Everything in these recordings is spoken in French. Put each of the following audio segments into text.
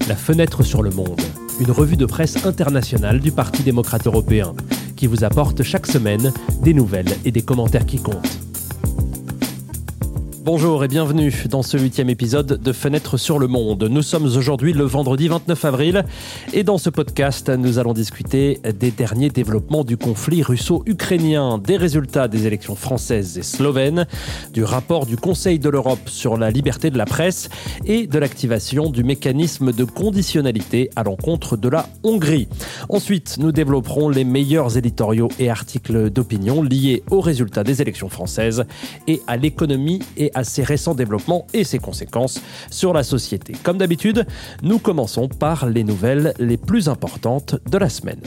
La fenêtre sur le monde, une revue de presse internationale du Parti démocrate européen, qui vous apporte chaque semaine des nouvelles et des commentaires qui comptent. Bonjour et bienvenue dans ce 8e épisode de Fenêtre sur le monde. Nous sommes aujourd'hui le vendredi 29 avril et dans ce podcast, nous allons discuter des derniers développements du conflit russo-ukrainien, des résultats des élections françaises et slovènes, du rapport du Conseil de l'Europe sur la liberté de la presse et de l'activation du mécanisme de conditionnalité à l'encontre de la Hongrie. Ensuite, nous développerons les meilleurs éditoriaux et articles d'opinion liés aux résultats des élections françaises et à l'économie et à ses récents développements et ses conséquences sur la société. Comme d'habitude, nous commençons par les nouvelles les plus importantes de la semaine.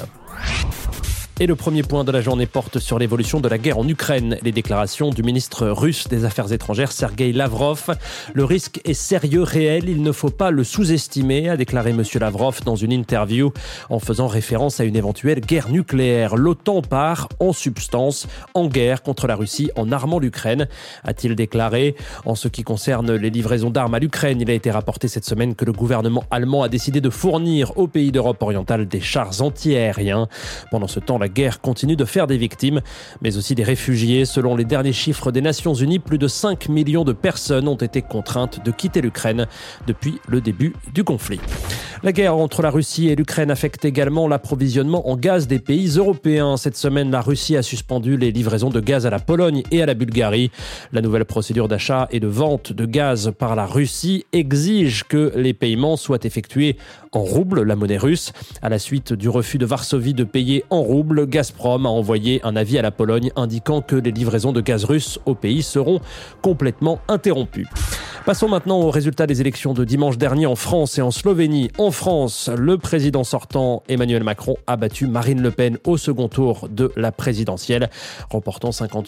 Et le premier point de la journée porte sur l'évolution de la guerre en Ukraine. Les déclarations du ministre russe des Affaires étrangères, Sergueï Lavrov. Le risque est sérieux, réel, il ne faut pas le sous-estimer, a déclaré M. Lavrov dans une interview en faisant référence à une éventuelle guerre nucléaire. L'OTAN part, en substance, en guerre contre la Russie en armant l'Ukraine, a-t-il déclaré. En ce qui concerne les livraisons d'armes à l'Ukraine, il a été rapporté cette semaine que le gouvernement allemand a décidé de fournir aux pays d'Europe orientale des chars anti-aériens. Pendant ce temps, la guerre continue de faire des victimes, mais aussi des réfugiés. Selon les derniers chiffres des Nations Unies, plus de 5 millions de personnes ont été contraintes de quitter l'Ukraine depuis le début du conflit. La guerre entre la Russie et l'Ukraine affecte également l'approvisionnement en gaz des pays européens. Cette semaine, la Russie a suspendu les livraisons de gaz à la Pologne et à la Bulgarie. La nouvelle procédure d'achat et de vente de gaz par la Russie exige que les paiements soient effectués en roubles, la monnaie russe. À la suite du refus de Varsovie de payer en roubles, Gazprom a envoyé un avis à la Pologne indiquant que les livraisons de gaz russe au pays seront complètement interrompues. Passons maintenant aux résultats des élections de dimanche dernier en France et en Slovénie. En France, le président sortant Emmanuel Macron a battu Marine Le Pen au second tour de la présidentielle, remportant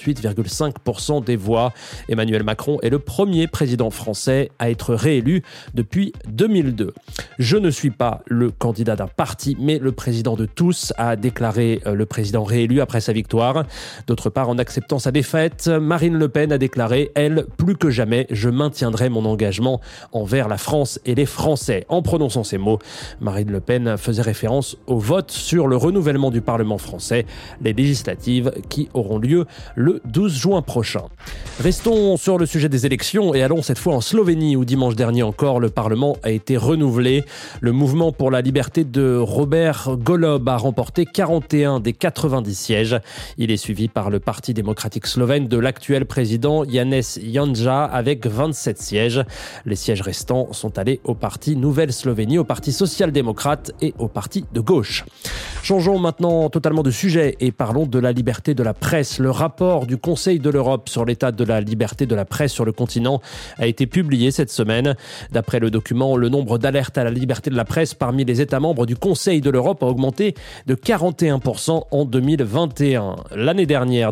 58,5% des voix. Emmanuel Macron est le premier président français à être réélu depuis 2002. Je ne suis pas le candidat d'un parti, mais le président de tous, a déclaré le président réélu après sa victoire. D'autre part, en acceptant sa défaite, Marine Le Pen a déclaré, elle, plus que jamais, je maintiendrai mon engagement envers la France et les Français. En prononçant ces mots, Marine Le Pen faisait référence au vote sur le renouvellement du Parlement français, les législatives qui auront lieu le 12 juin prochain. Restons sur le sujet des élections et allons cette fois en Slovénie où dimanche dernier encore le Parlement a été renouvelé. Le mouvement pour la liberté de Robert Golob a remporté 41 des 90 sièges. Il est suivi par le Parti démocratique slovène de l'actuel président Janez Janša avec 27 sièges. Les sièges restants sont allés au Parti Nouvelle Slovénie, au Parti social-démocrate et au Parti de gauche. Changeons maintenant totalement de sujet et parlons de la liberté de la presse. Le rapport du Conseil de l'Europe sur l'état de la liberté de la presse sur le continent a été publié cette semaine. D'après le document, le nombre d'alertes à la liberté de la presse parmi les États membres du Conseil de l'Europe a augmenté de 41% en 2021. L'année dernière,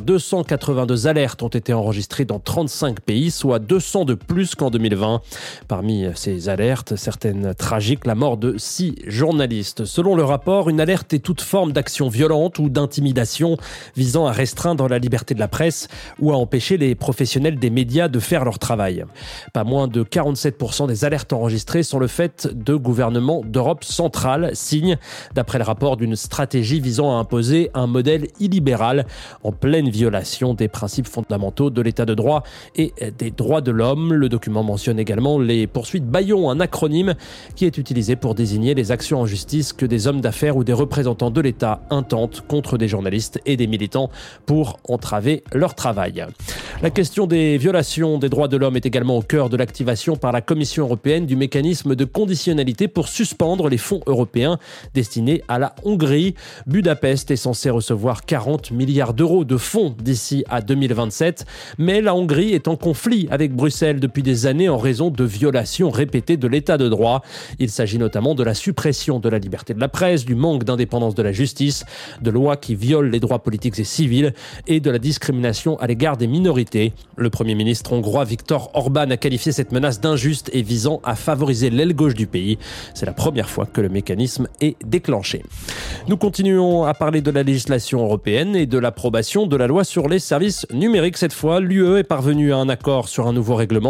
282 alertes ont été enregistrées dans 35 pays, soit 200 de plus qu'en 2020. Parmi ces alertes, certaines tragiques, la mort de 6 journalistes. Selon le rapport, une alerte est toute forme d'action violente ou d'intimidation visant à restreindre la liberté de la presse ou à empêcher les professionnels des médias de faire leur travail. Pas moins de 47% des alertes enregistrées sont le fait de gouvernements d'Europe centrale, signe, d'après le rapport, d'une stratégie visant à imposer un modèle illibéral en pleine violation des principes fondamentaux de l'état de droit et des droits de l'homme. Le document mentionne également les poursuites bâillons, un acronyme qui est utilisé pour désigner les actions en justice que des hommes d'affaires ou des représentants de l'État intentent contre des journalistes et des militants pour entraver leur travail. La question des violations des droits de l'homme est également au cœur de l'activation par la Commission européenne du mécanisme de conditionnalité pour suspendre les fonds européens destinés à la Hongrie. Budapest est censé recevoir 40 milliards d'euros de fonds d'ici à 2027, mais la Hongrie est en conflit avec Bruxelles depuis des années en raison de violations répétées de l'état de droit. Il s'agit notamment de la suppression de la liberté de la presse, du manque d'indépendance de la justice, de lois qui violent les droits politiques et civils et de la discrimination à l'égard des minorités. Le Premier ministre hongrois Viktor Orbán a qualifié cette menace d'injuste et visant à favoriser l'aile gauche du pays. C'est la première fois que le mécanisme est déclenché. Nous continuons à parler de la législation européenne et de l'approbation de la loi sur les services numériques. Cette fois, l'UE est parvenue à un accord sur un nouveau règlement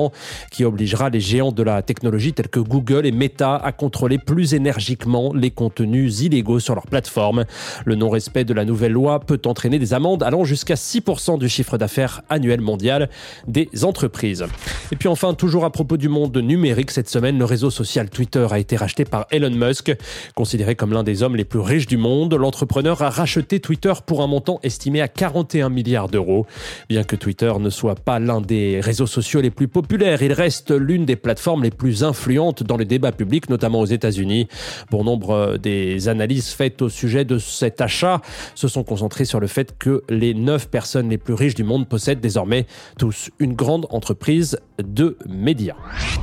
qui obligera les géants de la technologie tels que Google et Meta à contrôler plus énergiquement les contenus illégaux sur leur plateforme. Le non-respect de la nouvelle loi peut entraîner des amendes allant jusqu'à 6% du chiffre d'affaires annuel mondial des entreprises. Et puis enfin, toujours à propos du monde numérique, cette semaine, le réseau social Twitter a été racheté par Elon Musk. Considéré comme l'un des hommes les plus riches du monde, l'entrepreneur a racheté Twitter pour un montant estimé à 41 milliards d'euros. Bien que Twitter ne soit pas l'un des réseaux sociaux les plus populaires, il reste l'une des plateformes les plus influentes dans le débat public, notamment aux États-Unis. Bon nombre des analyses faites au sujet de cet achat se sont concentrées sur le fait que les 9 personnes les plus riches du monde possèdent désormais tous une grande entreprise de médias.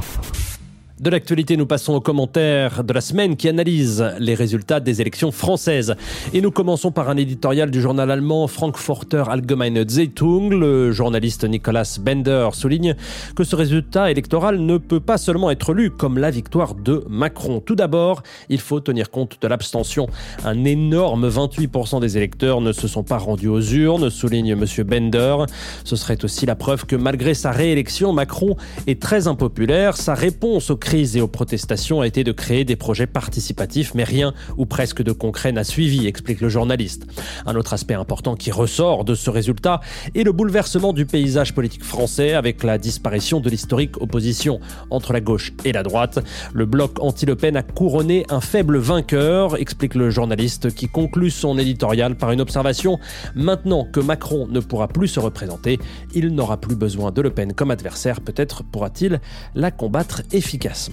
De l'actualité, nous passons aux commentaires de la semaine qui analysent les résultats des élections françaises. Et nous commençons par un éditorial du journal allemand Frankfurter Allgemeine Zeitung. Le journaliste Nicolas Bender souligne que ce résultat électoral ne peut pas seulement être lu comme la victoire de Macron. Tout d'abord, il faut tenir compte de l'abstention. Un énorme 28% des électeurs ne se sont pas rendus aux urnes, souligne M. Bender. Ce serait aussi la preuve que malgré sa réélection, Macron est très impopulaire. Sa réponse aux crises et aux protestations a été de créer des projets participatifs, mais rien ou presque de concret n'a suivi, explique le journaliste. Un autre aspect important qui ressort de ce résultat est le bouleversement du paysage politique français avec la disparition de l'historique opposition entre la gauche et la droite. Le bloc anti-Le Pen a couronné un faible vainqueur, explique le journaliste qui conclut son éditorial par une observation. Maintenant que Macron ne pourra plus se représenter, il n'aura plus besoin de Le Pen comme adversaire. Peut-être pourra-t-il la combattre efficacement.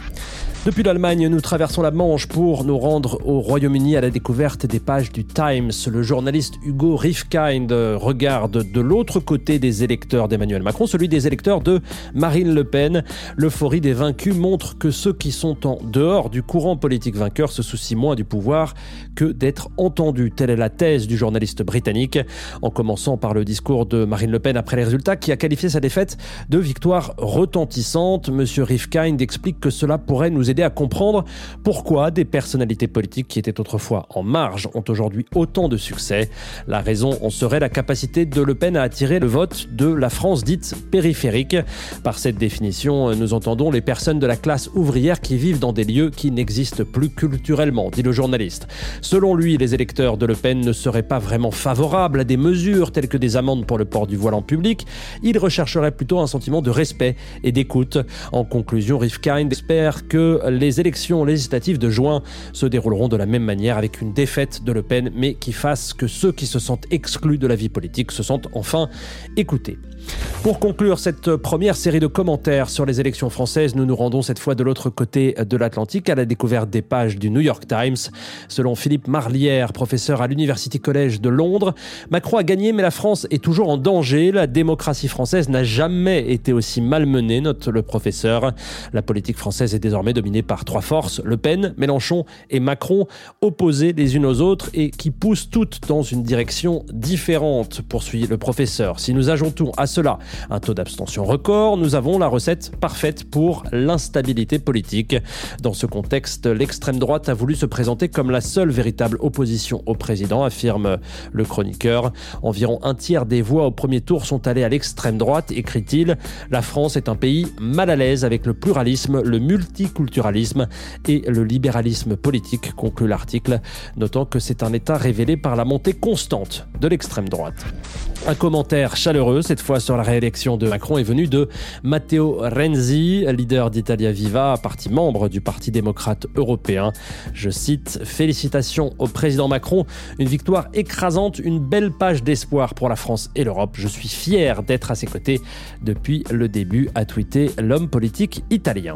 Depuis l'Allemagne, nous traversons la Manche pour nous rendre au Royaume-Uni à la découverte des pages du Times. Le journaliste Hugo Rifkind regarde de l'autre côté des électeurs d'Emmanuel Macron, celui des électeurs de Marine Le Pen. L'euphorie des vaincus montre que ceux qui sont en dehors du courant politique vainqueur se soucient moins du pouvoir que d'être entendus. Telle est la thèse du journaliste britannique, en commençant par le discours de Marine Le Pen après les résultats, qui a qualifié sa défaite de victoire retentissante. Monsieur Rifkind explique que cela pourrait nous aider à comprendre pourquoi des personnalités politiques qui étaient autrefois en marge ont aujourd'hui autant de succès. La raison en serait la capacité de Le Pen à attirer le vote de la France dite périphérique. Par cette définition, nous entendons les personnes de la classe ouvrière qui vivent dans des lieux qui n'existent plus culturellement, dit le journaliste. Selon lui, les électeurs de Le Pen ne seraient pas vraiment favorables à des mesures telles que des amendes pour le port du voile en public. Ils rechercheraient plutôt un sentiment de respect et d'écoute. En conclusion, Rifkind espère que les élections législatives de juin se dérouleront de la même manière avec une défaite de Le Pen, mais qui fasse que ceux qui se sentent exclus de la vie politique se sentent enfin écoutés. Pour conclure cette première série de commentaires sur les élections françaises, nous nous rendons cette fois de l'autre côté de l'Atlantique à la découverte des pages du New York Times. Selon Philippe Marlière, professeur à l'University College de Londres, Macron a gagné mais la France est toujours en danger. La démocratie française n'a jamais été aussi malmenée, note le professeur. La politique française est désormais dominée par 3 forces, Le Pen, Mélenchon et Macron, opposées les unes aux autres et qui poussent toutes dans une direction différente, poursuit le professeur. Si nous ajoutons à cela un taux d'abstention record, nous avons la recette parfaite pour l'instabilité politique. Dans ce contexte, l'extrême droite a voulu se présenter comme la seule véritable opposition au président, affirme le chroniqueur. Environ un tiers des voix au premier tour sont allées à l'extrême droite, écrit-il. La France est un pays mal à l'aise avec le pluralisme, le multiculturalisme et le libéralisme politique, conclut l'article, notant que c'est un état révélé par la montée constante de l'extrême droite. Un commentaire chaleureux, cette fois sur la réélection de Macron, est venu de Matteo Renzi, leader d'Italia Viva, parti membre du Parti démocrate européen. Je cite « Félicitations au président Macron, une victoire écrasante, une belle page d'espoir pour la France et l'Europe. Je suis fier d'être à ses côtés depuis le début », a tweeté l'homme politique italien.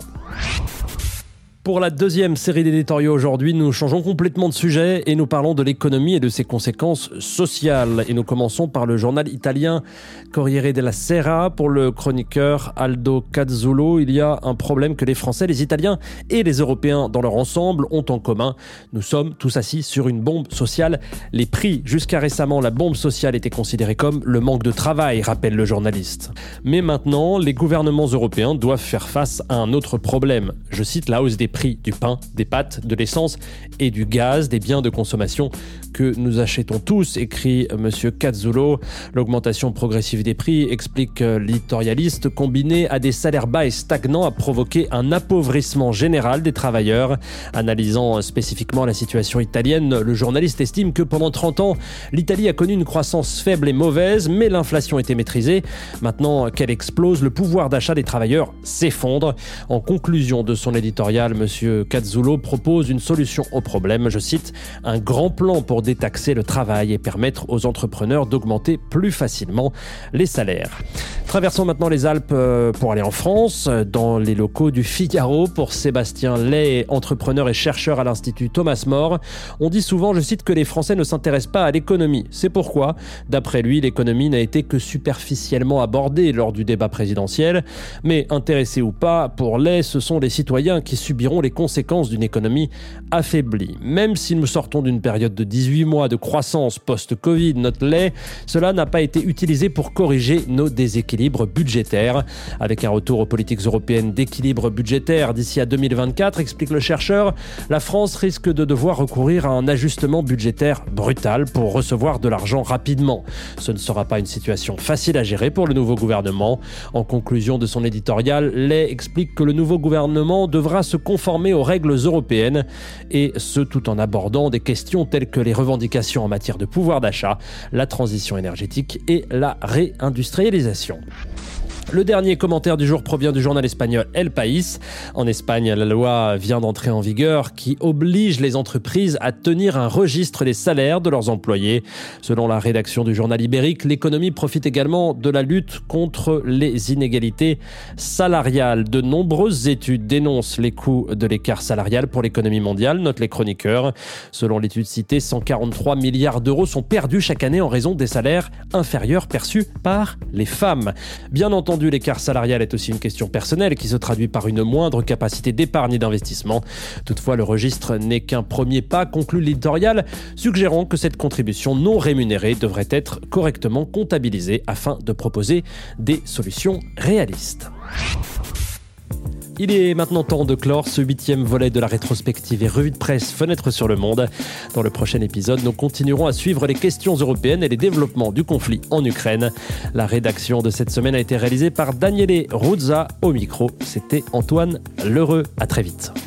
Pour la deuxième série d'éditoriaux aujourd'hui, nous changeons complètement de sujet et nous parlons de l'économie et de ses conséquences sociales. Et nous commençons par le journal italien Corriere della Sera. Pour le chroniqueur Aldo Cazzulo, il y a un problème que les Français, les Italiens et les Européens dans leur ensemble ont en commun. Nous sommes tous assis sur une bombe sociale. Les prix, jusqu'à récemment, la bombe sociale était considérée comme le manque de travail, rappelle le journaliste. Mais maintenant, les gouvernements européens doivent faire face à un autre problème. Je cite la hausse des prix du pain, des pâtes, de l'essence et du gaz, des biens de consommation que nous achetons tous, écrit M. Cazzulo. L'augmentation progressive des prix, explique l'éditorialiste, combinée à des salaires bas et stagnants, a provoqué un appauvrissement général des travailleurs. Analysant spécifiquement la situation italienne, le journaliste estime que pendant 30 ans, l'Italie a connu une croissance faible et mauvaise, mais l'inflation était maîtrisée. Maintenant qu'elle explose, le pouvoir d'achat des travailleurs s'effondre. En conclusion de son éditorial, M. Cazzulo propose une solution au problème, je cite, « un grand plan pour détaxer le travail et permettre aux entrepreneurs d'augmenter plus facilement les salaires ». Traversons maintenant les Alpes pour aller en France, dans les locaux du Figaro, pour Sébastien Lay, entrepreneur et chercheur à l'Institut Thomas More. On dit souvent, je cite, que les Français ne s'intéressent pas à l'économie. C'est pourquoi, d'après lui, l'économie n'a été que superficiellement abordée lors du débat présidentiel. Mais intéressés ou pas, pour Lay, ce sont les citoyens qui subiront les conséquences d'une économie affaiblie. Même si nous sortons d'une période de 18 mois de croissance post-Covid, note Lay, cela n'a pas été utilisé pour corriger nos déséquilibres budgétaires. Avec un retour aux politiques européennes d'équilibre budgétaire d'ici à 2024, explique le chercheur, la France risque de devoir recourir à un ajustement budgétaire brutal pour recevoir de l'argent rapidement. Ce ne sera pas une situation facile à gérer pour le nouveau gouvernement. En conclusion de son éditorial, Lay explique que le nouveau gouvernement devra se conformer aux règles européennes, et ce tout en abordant des questions telles que les revendications en matière de pouvoir d'achat, la transition énergétique et la réindustrialisation. Le dernier commentaire du jour provient du journal espagnol El País. En Espagne, la loi vient d'entrer en vigueur qui oblige les entreprises à tenir un registre des salaires de leurs employés. Selon la rédaction du journal ibérique, l'économie profite également de la lutte contre les inégalités salariales. De nombreuses études dénoncent les coûts de l'écart salarial pour l'économie mondiale, notent les chroniqueurs. Selon l'étude citée, 143 milliards d'euros sont perdus chaque année en raison des salaires inférieurs perçus par les femmes. Bien entendu, l'écart salarial est aussi une question personnelle qui se traduit par une moindre capacité d'épargne et d'investissement. Toutefois, le registre n'est qu'un premier pas, conclut l'éditorial, suggérant que cette contribution non rémunérée devrait être correctement comptabilisée afin de proposer des solutions réalistes. Il est maintenant temps de clore ce 8e volet de la rétrospective et revue de presse Fenêtre sur le monde. Dans le prochain épisode, nous continuerons à suivre les questions européennes et les développements du conflit en Ukraine. La rédaction de cette semaine a été réalisée par Daniele Ruzza. Au micro, c'était Antoine Lheureux. À très vite.